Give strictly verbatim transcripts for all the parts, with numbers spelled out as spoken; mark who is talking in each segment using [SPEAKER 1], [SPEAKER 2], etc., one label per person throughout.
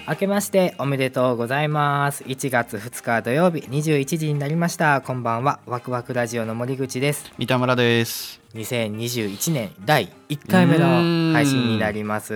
[SPEAKER 1] 明けましておめでとうございます。いちがつふつか土曜日にじゅういちじになりました。こんばんは。ワクワクラジオの森口です。
[SPEAKER 2] 三田村です。
[SPEAKER 1] にせんにじゅういちねんだいいっかいめの配信になります。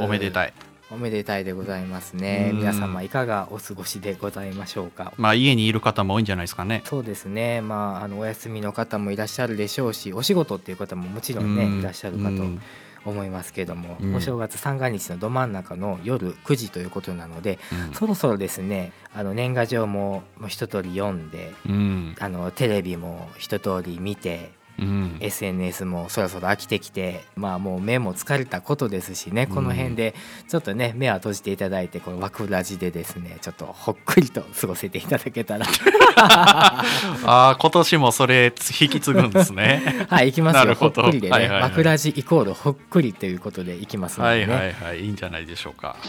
[SPEAKER 2] おめでたい
[SPEAKER 1] おめでたいでございますね。皆様いかがお過ごしでございましょうか。
[SPEAKER 2] まあ家にいる方も多いんじゃないですかね。
[SPEAKER 1] そうですね、まあ、あのお休みの方もいらっしゃるでしょうし、お仕事っていう方ももちろんねいらっしゃるかと思いますけども、お正月三が日のど真ん中の夜くじということなので、うん、そろそろですね、あの年賀状も一通り読んで、うん、あのテレビも一通り見て、うん、エスエヌエス もそろそろ飽きてきて、まあもう目も疲れたことですしね、この辺でちょっとね目は閉じていただいて、このワクラジでですねちょっとほっくりと過ごせていただけたら
[SPEAKER 2] あ、今年もそれ引き継ぐんですね
[SPEAKER 1] はい行きますよ。ほっくりでね、はいはいはい、ワクラジイコールほっくりということでいきますのでね、
[SPEAKER 2] はいはいはい、いいんじゃないでしょうか。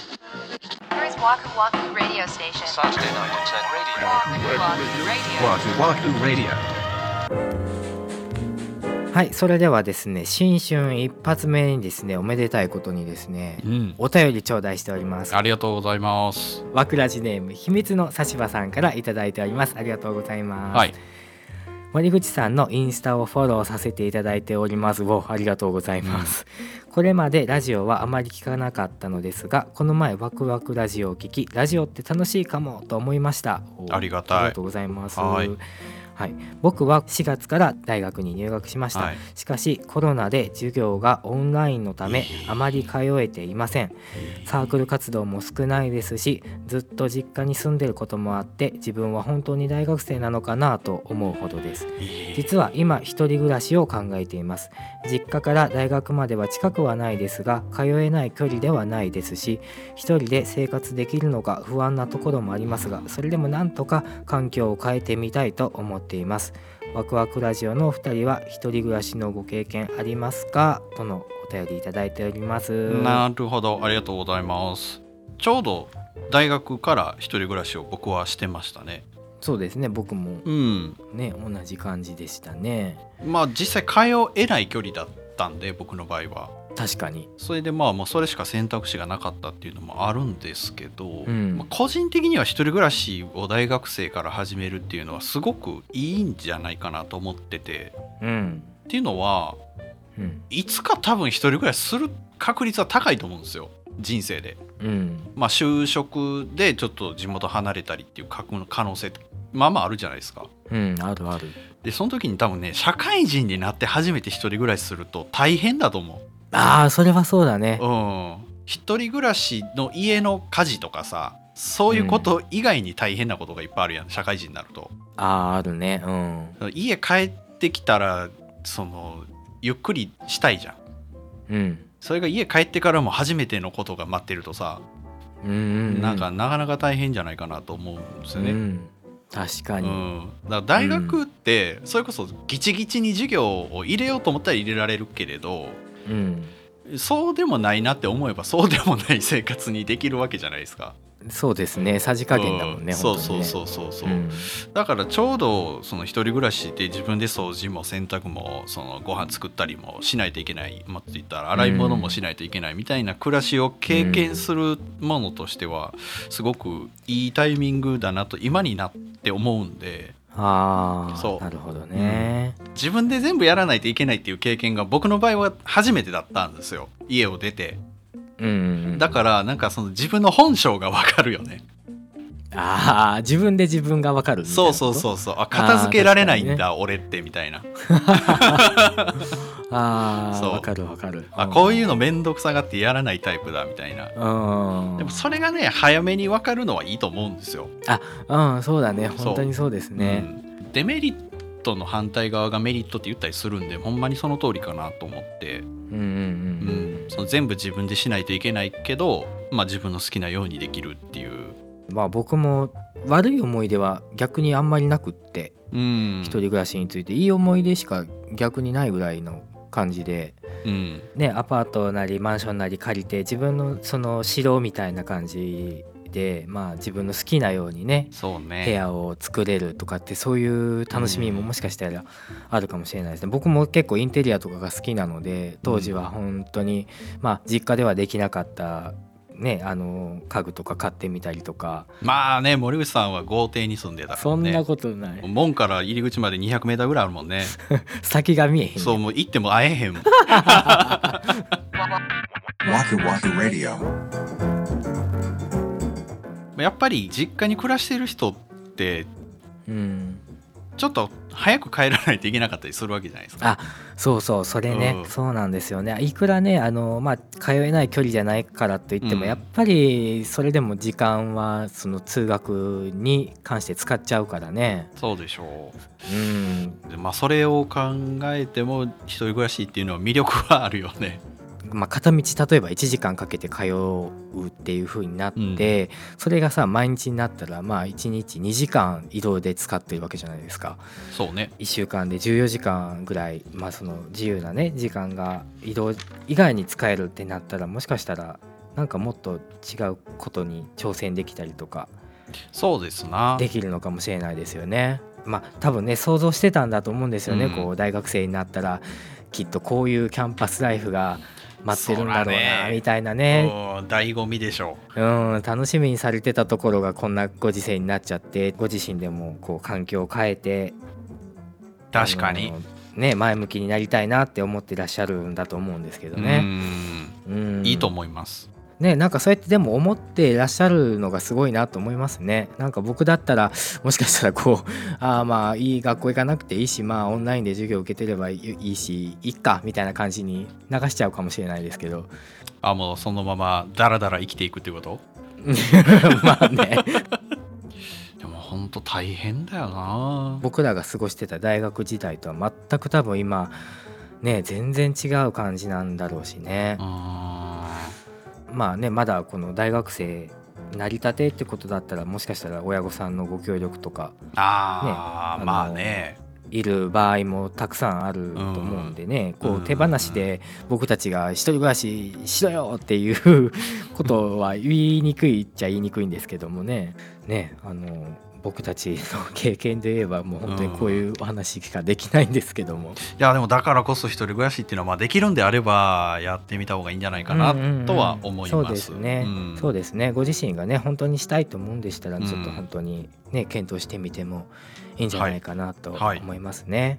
[SPEAKER 1] はい、それではですね、新春一発目にですね、おめでたいことにですね、うん、お便り頂戴しております。
[SPEAKER 2] ありがとうございます。
[SPEAKER 1] わくらじネーム秘密のさしばさんからいただいております。ありがとうございます。はい、森口さんのインスタをフォローさせていただいております。お、ありがとうございます、うん、これまでラジオはあまり聞かなかったのですが、この前ワクワクラジオを聞き、ラジオって楽しいかもと思いました。
[SPEAKER 2] ありがたい。
[SPEAKER 1] ありがとうございます。はい、はい、僕はしがつから大学に入学しました、はい、しかしコロナで授業がオンラインのためあまり通えていません。サークル活動も少ないですし、ずっと実家に住んでることもあって、自分は本当に大学生なのかなと思うほどです。実は今一人暮らしを考えています。実家から大学までは近くはないですが、通えない距離ではないですし、一人で生活できるのか不安なところもありますが、それでもなんとか環境を変えてみたいと思っています。ワクワクラジオのお二人は一人暮らしのご経験ありますか、とのお便りいただいております。
[SPEAKER 2] なるほど、ありがとうございます。ちょうど大学から一人暮らしを僕はしてましたね。
[SPEAKER 1] そうですね、僕も、うんね、同じ感じでしたね。
[SPEAKER 2] まあ実際通えない距離だったんで、僕の場合は
[SPEAKER 1] 確かに
[SPEAKER 2] それでまあもうそれしか選択肢がなかったっていうのもあるんですけど、うんまあ、個人的には一人暮らしを大学生から始めるっていうのはすごくいいんじゃないかなと思ってて、うん、っていうのは、うん、いつか多分一人暮らしする確率は高いと思うんですよ、人生で、うん、まあ就職でちょっと地元離れたりっていう可能性ってまあまああるじゃないですか。
[SPEAKER 1] うん、あるある。
[SPEAKER 2] でその時に多分ね、社会人になって初めて一人暮らしすると大変だと思う。
[SPEAKER 1] ああ、それはそうだね。
[SPEAKER 2] うん。一人暮らしの家の家事とかさ、そういうこと以外に大変なことがいっぱいあるやん、うん、社会人になると。
[SPEAKER 1] ああ、あるね。うん。
[SPEAKER 2] 家帰ってきたらそのゆっくりしたいじゃん。うん。それが家帰ってからも初めてのことが待ってるとさ、うんうんうん、なんかなかなか大変じゃないかなと思うんですよね。うん、
[SPEAKER 1] 確かに。
[SPEAKER 2] うん、だから大学ってそれこそギチギチに授業を入れようと思ったら入れられるけれど、うん、そうでもないなって思えばそうでもない生活にできるわけじゃないですか。
[SPEAKER 1] そうですね、さじ加減だもんね、うん、
[SPEAKER 2] そうそうそうそうそう、うん、だからちょうどその一人暮らしで自分で掃除も洗濯もそのご飯作ったりもしないといけない、もっと言ったら洗い物もしないといけないみたいな暮らしを経験するものとしてはすごくいいタイミングだなと今になって思うんで。
[SPEAKER 1] ああ、そう、なるほどね、
[SPEAKER 2] うん、自分で全部やらないといけないっていう経験が僕の場合は初めてだったんですよ、家を出て。うんうんうん、だからなんかその自分の本性が分かるよね。
[SPEAKER 1] ああ、自分で自分が分かるみたいな。
[SPEAKER 2] そうそうそうそう、あ、片付けられないんだ、ね、俺ってみたいな
[SPEAKER 1] ああ、分かる分かる。
[SPEAKER 2] あ、こういうのめんどくさがってやらないタイプだみたいな。うん、でもそれがね早めに分かるのはいいと思うんですよ。
[SPEAKER 1] あ、うん、そうだね、本当にそうですね、
[SPEAKER 2] うん、デメリットの反対側がメリットって言ったりするんで、ほんまにその通りかなと思って、うんうんうんうん、その全部自分でしないといけないけど、まあ、自分の好きなようにできるっていう。
[SPEAKER 1] まあ僕も悪い思い出は逆にあんまりなくって、うん、一人暮らしについていい思い出しか逆にないぐらいの感じで、うんね、アパートなりマンションなり借りて自分のその城みたいな感じで、まあ、自分の好きなように ね, そうね部屋を作れるとかって、そういう楽しみももしかしたらあるかもしれないですね、うん、僕も結構インテリアとかが好きなので、当時は本当に、まあ、実家ではできなかったね、あの家具とか買ってみたりとか。
[SPEAKER 2] まあね、森口さんは豪邸に住んでたからね。
[SPEAKER 1] そんなことない。
[SPEAKER 2] 門から入り口までにひゃくメーターぐらいあるもんね。
[SPEAKER 1] 先が見えへん、ね、
[SPEAKER 2] そう、もう行っても会えへんもん。やっぱり実家に暮らしてる人って、うん、ちょっと早く帰らないといけなかったりするわけじゃないですか。
[SPEAKER 1] あ、そうそう、それね、うん、そうなんですよね。いくらね、あの、まあ、通えない距離じゃないからといっても、うん、やっぱりそれでも時間はその通学に関して使っちゃうからね。
[SPEAKER 2] そうでしょう、うん、
[SPEAKER 1] で、
[SPEAKER 2] まあ、それを考えても一人暮らしっていうのは魅力はあるよね。
[SPEAKER 1] まあ、片道例えばいちじかんかけて通うっていう風になって、うん、それがさ毎日になったらまあいちにちにじかん移動で使ってるわけじゃないですか。
[SPEAKER 2] そうね。
[SPEAKER 1] いっしゅうかんでじゅうよじかんぐらい、まあ、その自由なね時間が移動以外に使えるってなったら、もしかしたらなんかもっと違うことに挑戦できたりとか、
[SPEAKER 2] そうですな、
[SPEAKER 1] できるのかもしれないですよね。まあ多分ね想像してたんだと思うんですよね、うん、こう大学生になったらきっとこういうキャンパスライフが待ってるんだろうな、ね、みたいなね。
[SPEAKER 2] 醍醐味でしょう。
[SPEAKER 1] うん、楽しみにされてたところがこんなご時世になっちゃって、ご自身でもこう環境を変えて、
[SPEAKER 2] 確かに
[SPEAKER 1] ね、前向きになりたいなって思ってらっしゃるんだと思うんですけどね。
[SPEAKER 2] うん、うん、いいと思います
[SPEAKER 1] ね。なんかそうやってでも思ってらっしゃるのがすごいなと思いますね。なんか僕だったらもしかしたらこうあまあいい学校行かなくていいし、まあオンラインで授業受けてればいいしいっかみたいな感じに流しちゃうかもしれないですけど、
[SPEAKER 2] あもうそのままダラダラ生きていくってこと
[SPEAKER 1] まあね
[SPEAKER 2] でも本当大変だよな。
[SPEAKER 1] 僕らが過ごしてた大学時代とは全く多分今ね全然違う感じなんだろうしね。あまあね、まだこの大学生成り立てってことだったら、もしかしたら親御さんのご協力とか、
[SPEAKER 2] あ、ね、あまあね
[SPEAKER 1] いる場合もたくさんあると思うんでね、うん、こう手放しで僕たちが一人暮らししろよっていうことは言いにくいっちゃ言いにくいんですけどもね。ね、あの僕たちの経験で言えばもう本当にこういうお話しかできないんですけども、うん、い
[SPEAKER 2] やでもだからこそ一人暮らしっていうのはまあできるんであればやってみた方がいいんじゃないかなとは思います。
[SPEAKER 1] そうですね、うん、そうですね。ご自身がね本当にしたいと思うんでしたら、ちょっと本当にね検討してみてもいいんじゃないかなと思いますね。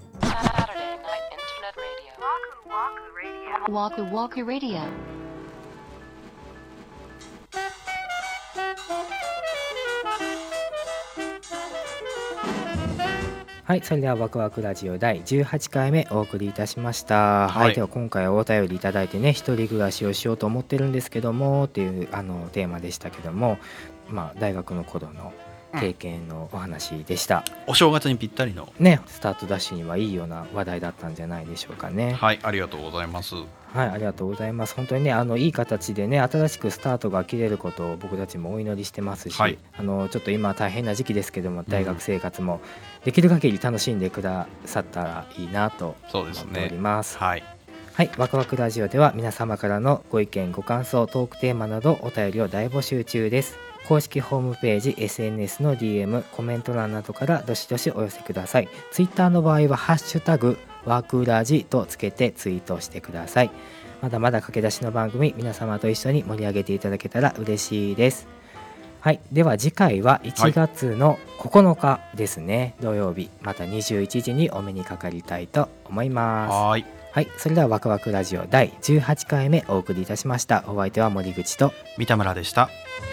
[SPEAKER 1] はい、それではワクワクラジオだいじゅうはちかいめお送りいたしました。はい、はい、では今回お便りいただいてね、一人暮らしをしようと思ってるんですけどもっていうあのテーマでしたけども、まあ大学の頃の経験のお話でした、
[SPEAKER 2] うん、お正月にぴったりの
[SPEAKER 1] ねスタートダッシュにはいいような話題だったんじゃないでしょうかね。
[SPEAKER 2] はい、ありがとうございます。
[SPEAKER 1] はい、ありがとうございます。本当にねあのいい形でね新しくスタートが切れることを僕たちもお祈りしてますし、はい、あのちょっと今大変な時期ですけども、大学生活もできる限り楽しんでくださったらいいなと思っております。
[SPEAKER 2] はい、
[SPEAKER 1] はい、ワクワクラジオでは皆様からのご意見ご感想トークテーマなどお便りを大募集中です。公式ホームページ エスエヌエス の ディーエム コメント欄などからどしどしお寄せください。ツイッターの場合はハッシュタグワークラジとつけてツイートしてください。まだまだ駆け出しの番組、皆様と一緒に盛り上げていただけたら嬉しいです。はい、では次回はいちがつのここのかですね、はい、土曜日またにじゅういちじにお目にかかりたいと思います。
[SPEAKER 2] はい、
[SPEAKER 1] はい、それではワクワクラジオだいじゅうはちかいめお送りいたしました。お相手は森口と
[SPEAKER 2] 三田村でした。